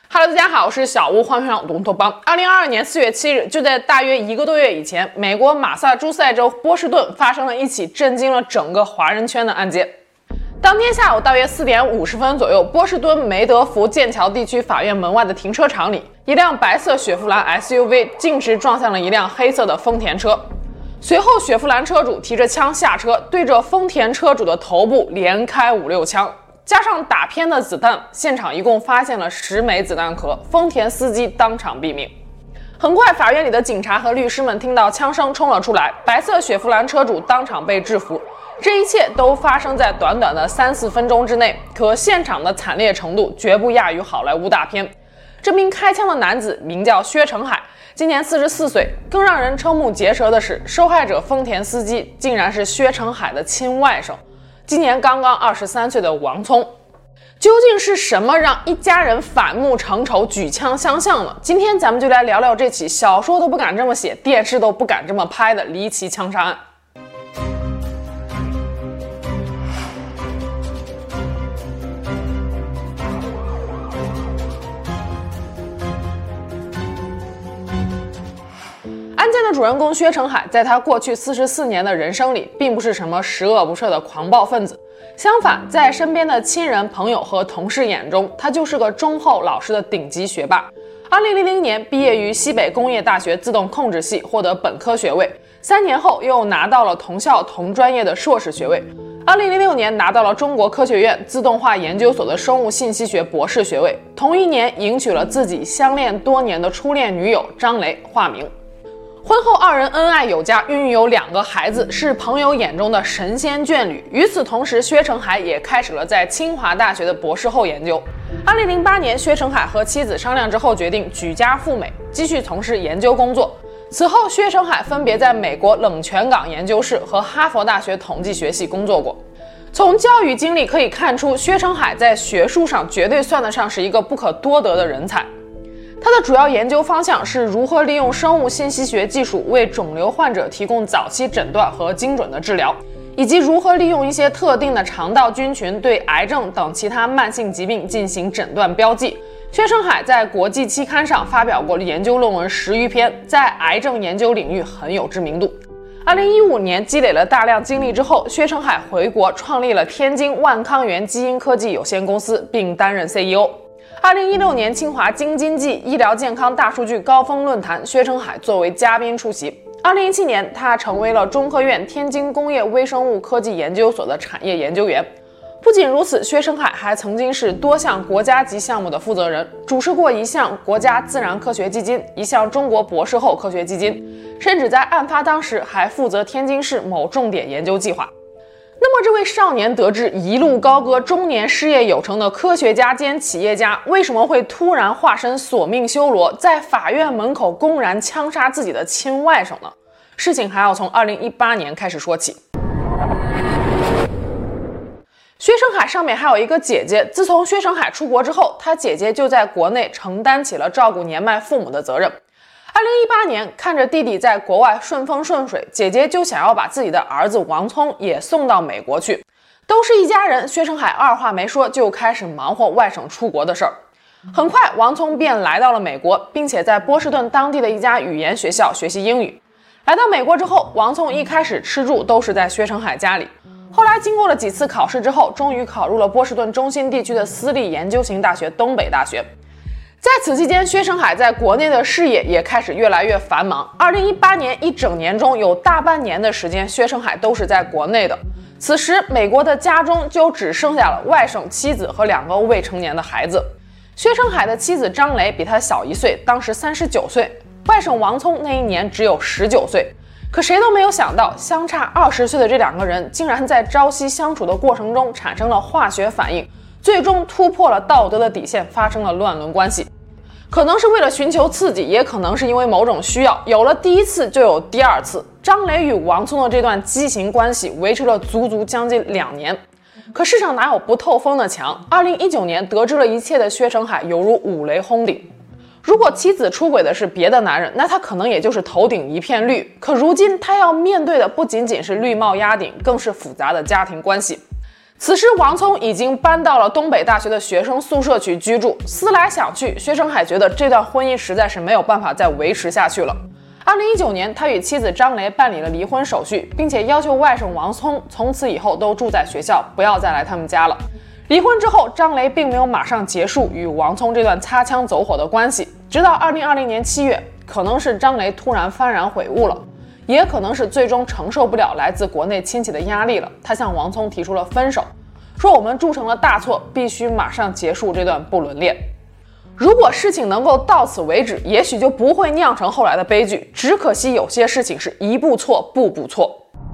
Hello， 大家好，我是小屋，欢迎来到龙头帮。2022年4月7日，就在大约1个多月以前，美国马萨诸塞州波士顿发生了一起震惊了整个华人圈的案件。当天下午大约4点50分左右，波士顿梅德福剑桥地区法院门外的停车场里，一辆白色雪佛兰 SUV 径直撞向了一辆黑色的丰田车。随后，雪佛兰车主提着枪下车，对着丰田车主的头部连开5、6枪。加上打偏的子弹，现场一共发现了10枚子弹壳，丰田司机当场毙命。很快，法院里的警察和律师们听到枪声冲了出来，白色雪佛兰车主当场被制服。这一切都发生在短短的3、4分钟之内，可现场的惨烈程度绝不亚于好莱坞大片。这名开枪的男子名叫薛成海，今年44岁。更让人瞠目结舌的是，受害者丰田司机竟然是薛成海的亲外甥，今年刚刚23岁的王聪。究竟是什么让一家人反目成仇、举枪相向呢？今天咱们就来聊聊这起小说都不敢这么写、电视都不敢这么拍的离奇枪杀案。案件的主人公薛成海，在他过去44年的人生里，并不是什么十恶不赦的狂暴分子。相反，在身边的亲人、朋友和同事眼中，他就是个忠厚老实的顶级学霸。2000年毕业于西北工业大学自动控制系，获得本科学位，3年后又拿到了同校同专业的硕士学位。2006年拿到了中国科学院自动化研究所的生物信息学博士学位。同一年迎娶了自己相恋多年的初恋女友张雷，化名。婚后2人恩爱有加，孕育有2个孩子，是朋友眼中的神仙眷侣。与此同时，薛成海也开始了在清华大学的博士后研究。2008年，薛成海和妻子商量之后，决定举家赴美，继续从事研究工作。此后，薛成海分别在美国冷泉港研究室和哈佛大学统计学系工作过。从教育经历可以看出，薛成海在学术上绝对算得上是一个不可多得的人才。他的主要研究方向是如何利用生物信息学技术为肿瘤患者提供早期诊断和精准的治疗，以及如何利用一些特定的肠道菌群对癌症等其他慢性疾病进行诊断标记。薛成海在国际期刊上发表过研究论文10余篇，在癌症研究领域很有知名度。2015年积累了大量经历之后，薛成海回国创立了天津万康源基因科技有限公司，并担任 CEO。2016年清华京津冀医疗健康大数据高峰论坛，薛成海作为嘉宾出席。2017年，他成为了中科院天津工业微生物科技研究所的产业研究员。不仅如此，薛成海还曾经是多项国家级项目的负责人，主持过1项国家自然科学基金、1项中国博士后科学基金，甚至在案发当时还负责天津市某重点研究计划。那么这位少年得志、一路高歌、中年事业有成的科学家兼企业家，为什么会突然化身索命修罗，在法院门口公然枪杀自己的亲外甥呢？事情还要从2018年开始说起。薛成海上面还有一个姐姐，自从薛成海出国之后，他姐姐就在国内承担起了照顾年迈父母的责任。2018年，看着弟弟在国外顺风顺水，姐姐就想要把自己的儿子王聪也送到美国去。都是一家人，薛成海二话没说就开始忙活外省出国的事儿。很快，王聪便来到了美国，并且在波士顿当地的一家语言学校学习英语。来到美国之后，王聪一开始吃住都是在薛成海家里。后来经过了几次考试之后，终于考入了波士顿中心地区的私立研究型大学东北大学。在此期间，薛成海在国内的事业也开始越来越繁忙。2018年一整年中，有大半年的时间，薛成海都是在国内的。此时，美国的家中就只剩下了外甥妻子和2个未成年的孩子。薛成海的妻子张雷比他小1岁，当时39岁；外甥王聪那一年只有19岁。可谁都没有想到，相差20岁的这2个人，竟然在朝夕相处的过程中产生了化学反应，最终突破了道德的底线，发生了乱伦关系。可能是为了寻求刺激，也可能是因为某种需要，有了第1次就有第2次。张雷与王聪的这段畸形关系维持了足足将近2年。可世上哪有不透风的墙？2019年得知了一切的薛成海犹如五雷轰顶。如果妻子出轨的是别的男人，那他可能也就是头顶一片绿。可如今他要面对的不仅仅是绿帽压顶，更是复杂的家庭关系。 此时王聪已经搬到了东北大学的学生宿舍区居住，思来想去，薛成海觉得这段婚姻实在是没有办法再维持下去了。2019年，他与妻子张雷办理了离婚手续，并且要求外甥王聪从此以后都住在学校，不要再来他们家了。离婚之后，张雷并没有马上结束与王聪这段擦枪走火的关系，直到2020年7月，可能是张雷突然幡然悔悟了，也可能是最终承受不了来自国内亲戚的压力了，他向王聪提出了分手，说我们铸成了大错，必须马上结束这段不伦恋。如果事情能够到此为止，也许就不会酿成后来的悲剧，只可惜有些事情是一步错步步错。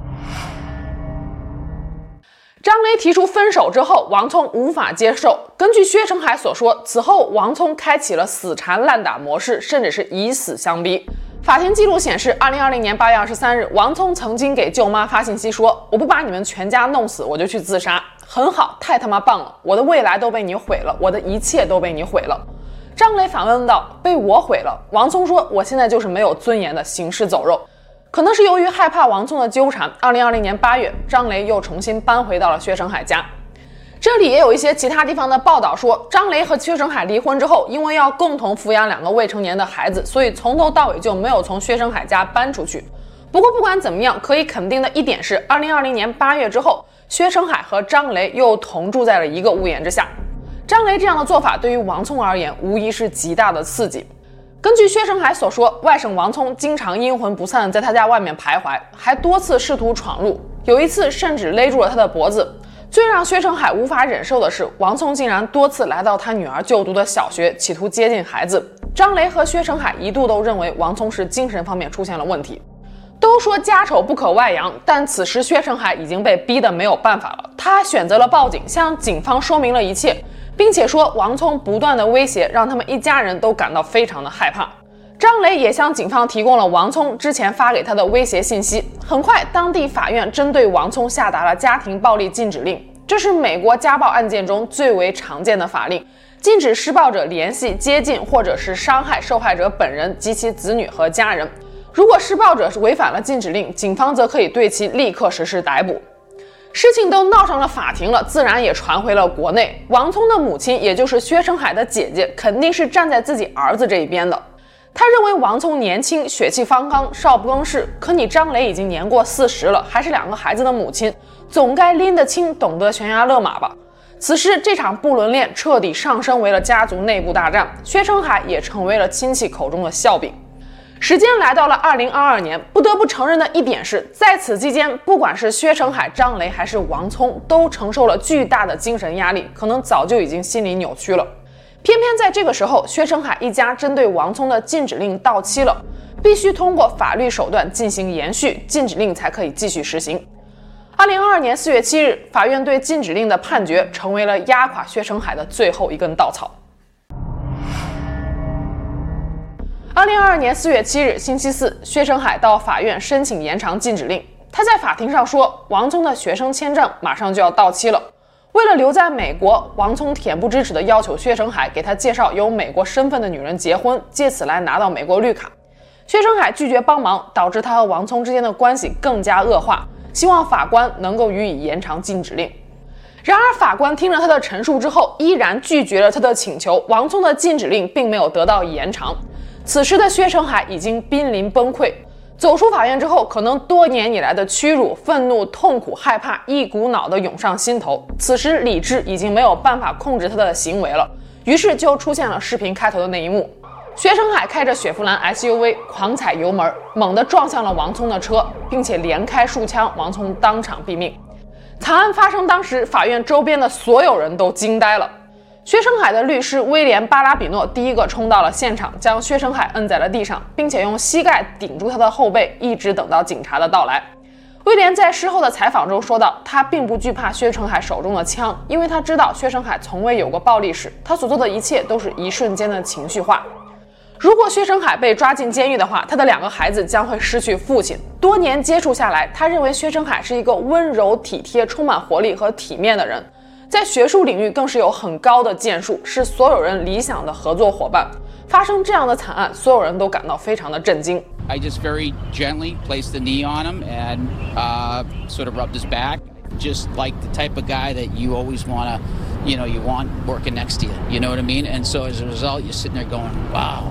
张雷提出分手之后，王聪无法接受。根据薛成海所说，此后王聪开启了死缠烂打模式，甚至是以死相逼。法庭记录显示，2020年8月23日，王聪曾经给舅妈发信息说：“我不把你们全家弄死，我就去自杀。很好，太他妈棒了！我的未来都被你毁了，我的一切都被你毁了。”张雷反问道：“被我毁了？”王聪说：“我现在就是没有尊严的行尸走肉。”可能是由于害怕王聪的纠缠，2020年8月，张雷又重新搬回到了薛成海家。这里也有一些其他地方的报道说，张雷和薛成海离婚之后，因为要共同抚养2个未成年的孩子，所以从头到尾就没有从薛成海家搬出去。不过不管怎么样，可以肯定的一点是，2020年8月之后，薛成海和张雷又同住在了一个屋檐之下。张雷这样的做法对于王聪而言，无疑是极大的刺激。根据薛成海所说，外甥王聪经常阴魂不散在他家外面徘徊，还多次试图闯入，有一次甚至勒住了他的脖子。最让薛成海无法忍受的是，王聪竟然多次来到他女儿就读的小学，企图接近孩子。张雷和薛成海一度都认为王聪是精神方面出现了问题。都说家丑不可外扬，但此时薛成海已经被逼得没有办法了，他选择了报警，向警方说明了一切，并且说王聪不断的威胁让他们一家人都感到非常的害怕。张雷也向警方提供了王聪之前发给他的威胁信息。很快，当地法院针对王聪下达了家庭暴力禁止令，这是美国家暴案件中最为常见的法令，禁止施暴者联系、接近或者是伤害受害者本人及其子女和家人。如果施暴者是违反了禁止令，警方则可以对其立刻实施逮捕。事情都闹上了法庭了，自然也传回了国内。王聪的母亲，也就是薛成海的姐姐，肯定是站在自己儿子这一边的。他认为王聪年轻、血气方刚、少不更事，可你张雷已经年过40了，还是2个孩子的母亲，总该拎得清，懂得悬崖勒马吧。此时这场不伦恋彻底上升为了家族内部大战，薛成海也成为了亲戚口中的笑柄。时间来到了2022年，不得不承认的一点是，在此期间，不管是薛成海、张雷还是王聪，都承受了巨大的精神压力，可能早就已经心理扭曲了。偏偏在这个时候，薛成海一家针对王聪的禁止令到期了，必须通过法律手段进行延续，禁止令才可以继续实行。2022年4月7日，法院对禁止令的判决成为了压垮薛成海的最后一根稻草。2022年4月7日，星期四，薛成海到法院申请延长禁止令。他在法庭上说，王聪的学生签证马上就要到期了。为了留在美国，王聪恬不知耻地要求薛成海给他介绍有美国身份的女人结婚，借此来拿到美国绿卡。薛成海拒绝帮忙，导致他和王聪之间的关系更加恶化，希望法官能够予以延长禁止令。然而法官听了他的陈述之后，依然拒绝了他的请求，王聪的禁止令并没有得到延长。此时的薛成海已经濒临崩溃，走出法院之后，可能多年以来的屈辱、愤怒、痛苦、害怕一股脑地涌上心头。此时理智已经没有办法控制他的行为了，于是就出现了视频开头的那一幕。薛成海开着雪佛兰 SUV 狂踩油门，猛地撞向了王聪的车，并且连开数枪，王聪当场毙命。惨案发生当时，法院周边的所有人都惊呆了。薛成海的律师威廉·巴拉比诺第一个冲到了现场，将薛成海摁在了地上，并且用膝盖顶住他的后背，一直等到警察的到来。威廉在事后的采访中说道，他并不惧怕薛成海手中的枪，因为他知道薛成海从未有过暴力史，他所做的一切都是一瞬间的情绪化。如果薛成海被抓进监狱的话，他的2个孩子将会失去父亲。多年接触下来，他认为薛成海是一个温柔体贴、充满活力和体面的人，在学术领域更是有很高的建树，是所有人理想的合作伙伴。发生这样的惨案，所有人都感到非常的震惊。 I just very gently placed the knee on him and sort of rubbed his back. Just like the type of guy that you always want working next to you. You know what I mean? And so as a result, you're sitting there going, wow,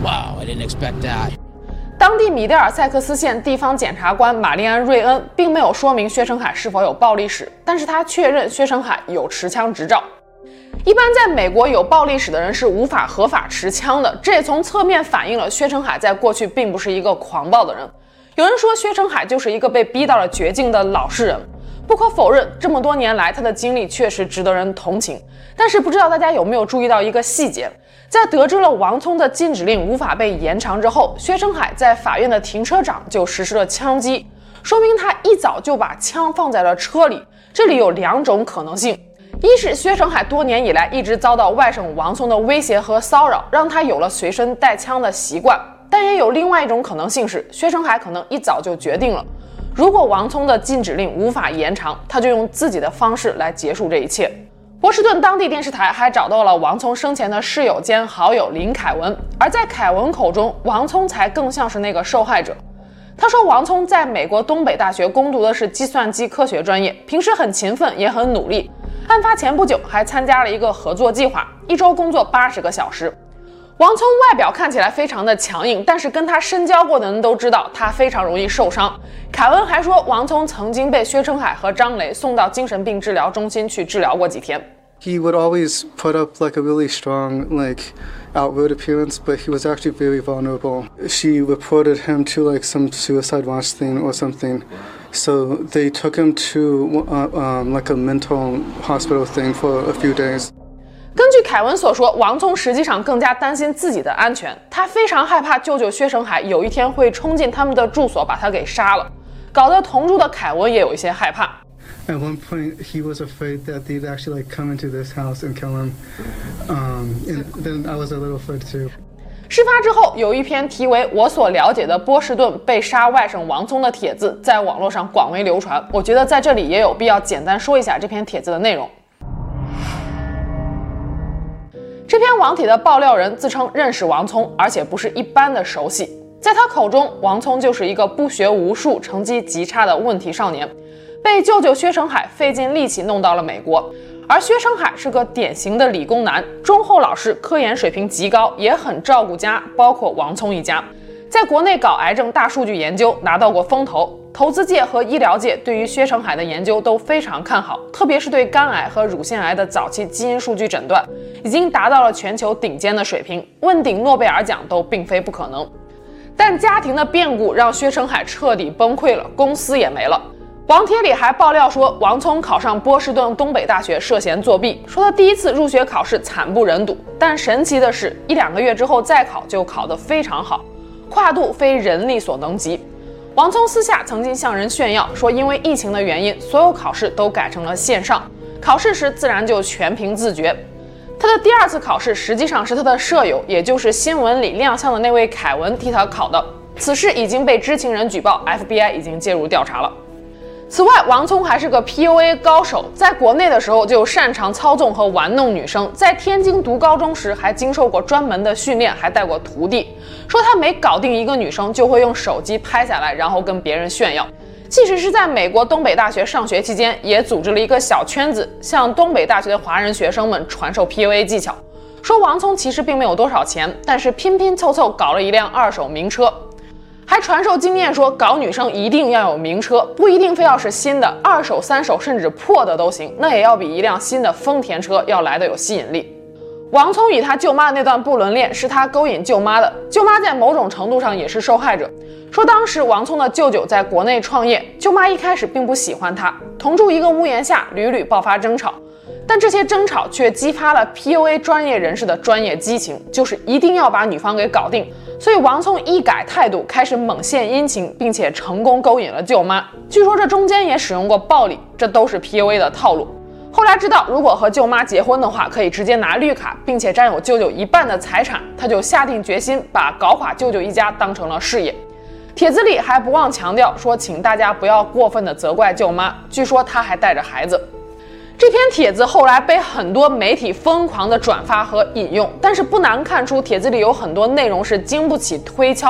I didn't expect that. 当地米德尔塞克斯县地方检察官玛丽安·瑞恩并没有说明薛成海是否有暴力史，但是他确认薛成海有持枪执照。一般在美国有暴力史的人是无法合法持枪的，这也从侧面反映了薛成海在过去并不是一个狂暴的人。有人说薛成海就是一个被逼到了绝境的老实人，不可否认，这么多年来他的经历确实值得人同情。但是不知道大家有没有注意到一个细节，在得知了王聪的禁止令无法被延长之后，薛成海在法院的停车场就实施了枪击，说明他一早就把枪放在了车里。这里有两种可能性，一是薛成海多年以来一直遭到外甥王聪的威胁和骚扰，让他有了随身带枪的习惯，但也有另外一种可能性是，薛成海可能一早就决定了，如果王聪的禁止令无法延长，他就用自己的方式来结束这一切。波士顿当地电视台还找到了王聪生前的室友兼好友林凯文，而在凯文口中，王聪才更像是那个受害者。他说王聪在美国东北大学攻读的是计算机科学专业，平时很勤奋也很努力，案发前不久还参加了一个合作计划，一周工作80个小时。王聪外表看起来非常的强硬，但是跟他深交过的人都知道他非常容易受伤。凯文还说，王聪曾经被薛成海和张雷送到精神病治疗中心去治疗过几天。 He would always put up like a really strong, outward appearance, but he was actually very vulnerable. She reported him to some suicide watch thing or something. So they took him to a mental hospital thing for a few days. 根据凯文所说，王聪实际上更加担心自己的安全，他非常害怕舅舅薛成海有一天会冲进他们的住所把他给杀了，搞得同住的凯文也有一些害怕。 At one point, he was afraid that they'd actually come into this house and kill him. And then I was a little afraid too. 事发之后，有一篇题为《我所了解的波士顿被杀外甥王聪》的帖子在网络上广为流传，我觉得在这里也有必要简单说一下这篇帖子的内容。这篇网帖的爆料人自称认识王聪，而且不是一般的熟悉。在他口中，王聪就是一个不学无术、成绩极差的问题少年，被舅舅薛成海费尽力气弄到了美国。而薛成海是个典型的理工男，忠厚老实，科研水平极高，也很照顾家，包括王聪一家。在国内搞癌症大数据研究拿到过风投，投资界和医疗界对于薛成海的研究都非常看好，特别是对肝癌和乳腺癌的早期基因数据诊断，已经达到了全球顶尖的水平，问鼎诺贝尔奖都并非不可能。但家庭的变故让薛成海彻底崩溃了，公司也没了。网帖里还爆料说，王聪考上波士顿东北大学涉嫌作弊，说他第一次入学考试惨不忍睹，但神奇的是，1-2个月之后再考就考得非常好，跨度非人力所能及。王聪私下曾经向人炫耀说，因为疫情的原因，所有考试都改成了线上，考试时自然就全凭自觉。他的第2次考试实际上是他的舍友，也就是新闻里亮相的那位凯文替他考的，此事已经被知情人举报， FBI 已经介入调查了。此外，王聪还是个 PUA 高手，在国内的时候就擅长操纵和玩弄女生，在天津读高中时还经受过专门的训练，还带过徒弟。说他每搞定一个女生就会用手机拍下来，然后跟别人炫耀。即使是在美国东北大学上学期间，也组织了一个小圈子，向东北大学的华人学生们传授 PUA 技巧。说王聪其实并没有多少钱，但是拼拼凑凑搞了一辆2手名车。还传授经验说，搞女生一定要有名车，不一定非要是新的，2手、3手甚至破的都行，那也要比一辆新的丰田车要来的有吸引力。王聪与他舅妈的那段不伦恋是他勾引舅妈的，舅妈在某种程度上也是受害者。说当时王聪的舅舅在国内创业，舅妈一开始并不喜欢他，同住一个屋檐下屡屡爆发争吵，但这些争吵却激发了 PUA 专业人士的专业激情，就是一定要把女方给搞定。所以王聪一改态度，开始猛献殷勤，并且成功勾引了舅妈。据说这中间也使用过暴力，这都是 PUA 的套路。后来知道，如果和舅妈结婚的话，可以直接拿绿卡，并且占有舅舅一半的财产，他就下定决心把搞垮舅舅一家当成了事业。帖子里还不忘强调说，请大家不要过分的责怪舅妈，据说她还带着孩子。这篇帖子后来被很多媒体疯狂的转发和引用，但是不难看出帖子里有很多内容是经不起推敲的。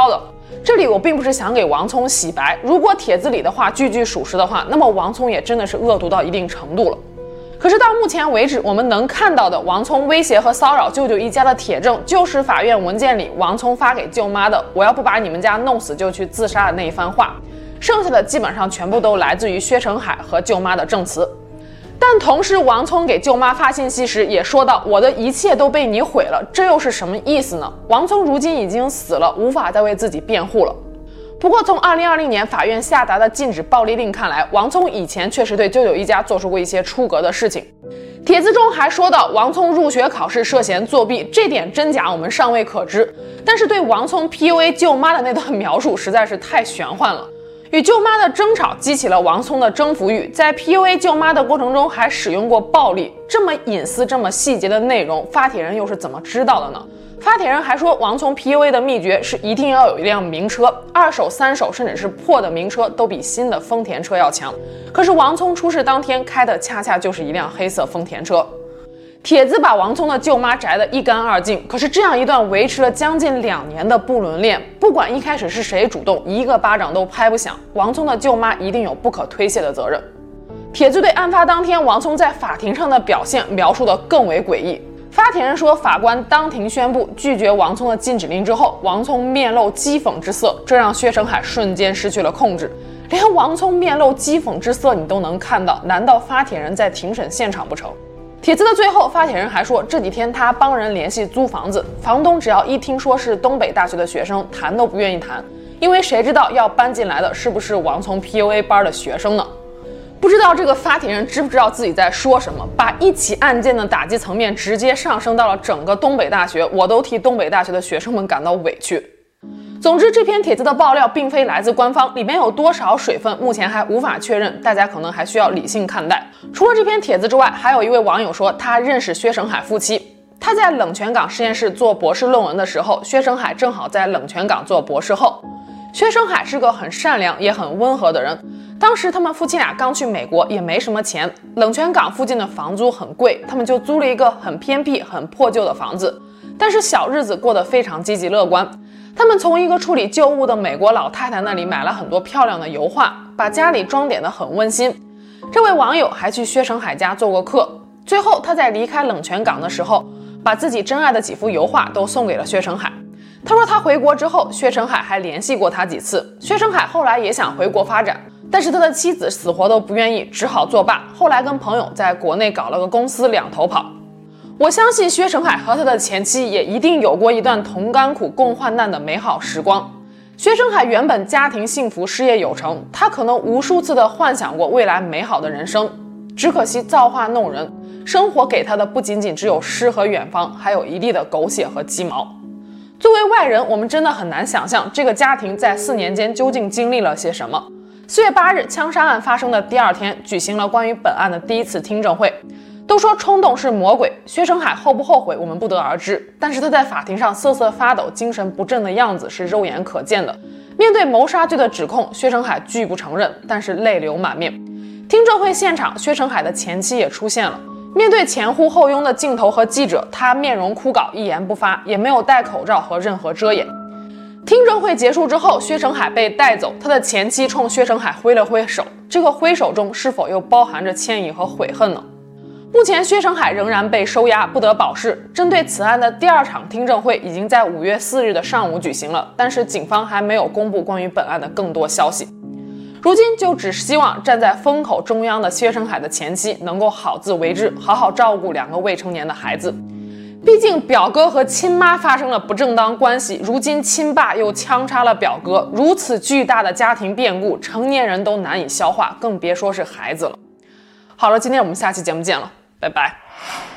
这里我并不是想给王聪洗白，如果帖子里的话句句属实的话，那么王聪也真的是恶毒到一定程度了。可是到目前为止，我们能看到的王聪威胁和骚扰舅舅一家的铁证，就是法院文件里王聪发给舅妈的"我要不把你们家弄死就去自杀"的那一番话，剩下的基本上全部都来自于薛成海和舅妈的证词。但同时，王聪给舅妈发信息时也说到"我的一切都被你毁了"，这又是什么意思呢？王聪如今已经死了，无法再为自己辩护了。不过从2020年法院下达的禁止暴力令看来，王聪以前确实对舅舅一家做出过一些出格的事情。帖子中还说到王聪入学考试涉嫌作弊，这点真假我们尚未可知，但是对王聪 PUA 舅妈的那段描述实在是太玄幻了。与舅妈的争吵激起了王聪的征服欲，在 PUA 舅妈的过程中还使用过暴力，这么隐私这么细节的内容，发帖人又是怎么知道的呢？发帖人还说，王聪 PUA 的秘诀是一定要有一辆名车，2手、3手甚至是破的名车都比新的丰田车要强。可是王聪出事当天开的恰恰就是一辆黑色丰田车。帖子把王聪的舅妈摘得一干二净，可是这样一段维持了将近2年的不伦恋，不管一开始是谁主动，一个巴掌都拍不响，王聪的舅妈一定有不可推卸的责任。帖子对案发当天王聪在法庭上的表现描述得更为诡异。发帖人说，法官当庭宣布拒绝王聪的禁止令之后，王聪面露讥讽之色，这让薛成海瞬间失去了控制。连王聪面露讥讽之色你都能看到，难道发帖人在庭审现场不成？帖子的最后，发帖人还说，这几天他帮人联系租房子，房东只要一听说是东北大学的学生，谈都不愿意谈，因为谁知道要搬进来的是不是王聪 PUA 班的学生呢？不知道这个发帖人知不知道自己在说什么，把一起案件的打击层面直接上升到了整个东北大学，我都替东北大学的学生们感到委屈。总之，这篇帖子的爆料并非来自官方，里面有多少水分目前还无法确认，大家可能还需要理性看待。除了这篇帖子之外，还有一位网友说他认识薛成海夫妻，他在冷泉港实验室做博士论文的时候，薛成海正好在冷泉港做博士后。薛成海是个很善良也很温和的人，当时他们夫妻俩刚去美国，也没什么钱，冷泉港附近的房租很贵，他们就租了一个很偏僻很破旧的房子，但是小日子过得非常积极乐观。他们从一个处理旧物的美国老太太那里买了很多漂亮的油画，把家里装点得很温馨。这位网友还去薛成海家做过客，最后他在离开冷泉港的时候，把自己珍爱的几幅油画都送给了薛成海。他说他回国之后，薛成海还联系过他几次，薛成海后来也想回国发展，但是他的妻子死活都不愿意，只好作罢，后来跟朋友在国内搞了个公司两头跑。我相信薛成海和他的前妻也一定有过一段同甘苦共患难的美好时光。薛成海原本家庭幸福事业有成，他可能无数次的幻想过未来美好的人生，只可惜造化弄人，生活给他的不仅仅只有诗和远方，还有一地的狗血和鸡毛。作为外人，我们真的很难想象这个家庭在4年间究竟经历了些什么。4月8日枪杀案发生的第2天，举行了关于本案的第1次听证会。都说冲动是魔鬼，薛成海后不后悔我们不得而知，但是他在法庭上瑟瑟发抖、精神不振的样子是肉眼可见的。面对谋杀罪的指控，薛成海拒不承认，但是泪流满面。听证会现场，薛成海的前妻也出现了，面对前呼后拥的镜头和记者，他面容枯槁，一言不发，也没有戴口罩和任何遮掩。听证会结束之后，薛成海被带走，他的前妻冲薛成海挥了挥手，这个挥手中是否又包含着歉意和悔恨呢？目前薛成海仍然被收押，不得保释。针对此案的第2场听证会已经在5月4日的上午举行了，但是警方还没有公布关于本案的更多消息。如今就只希望站在风口中央的薛成海的前妻能够好自为之，好好照顾2个未成年的孩子。毕竟表哥和亲妈发生了不正当关系，如今亲爸又枪杀了表哥，如此巨大的家庭变故，成年人都难以消化，更别说是孩子了。好了，今天我们下期节目见了，拜拜。